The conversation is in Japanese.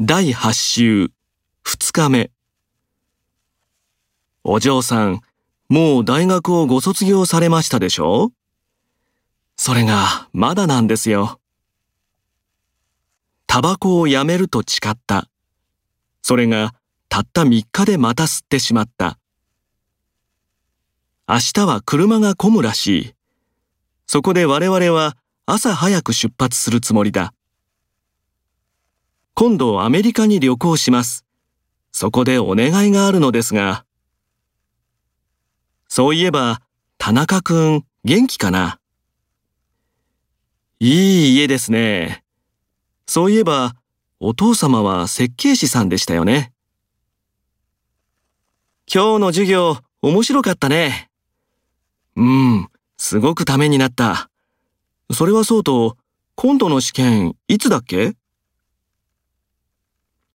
第8週2日目。お嬢さん、もう大学をご卒業されましたでしょ？それがまだなんですよ。タバコをやめると誓った。それがたった3日でまた吸ってしまった。明日は車が混むらしい。そこで我々は朝早く出発するつもりだ。今度アメリカに旅行します。そこでお願いがあるのですが。そういえば、田中くん、元気かな？いい家ですね。そういえば、お父様は設計士さんでしたよね。今日の授業、面白かったね。すごくためになった。それはそうと、今度の試験、いつだっけ？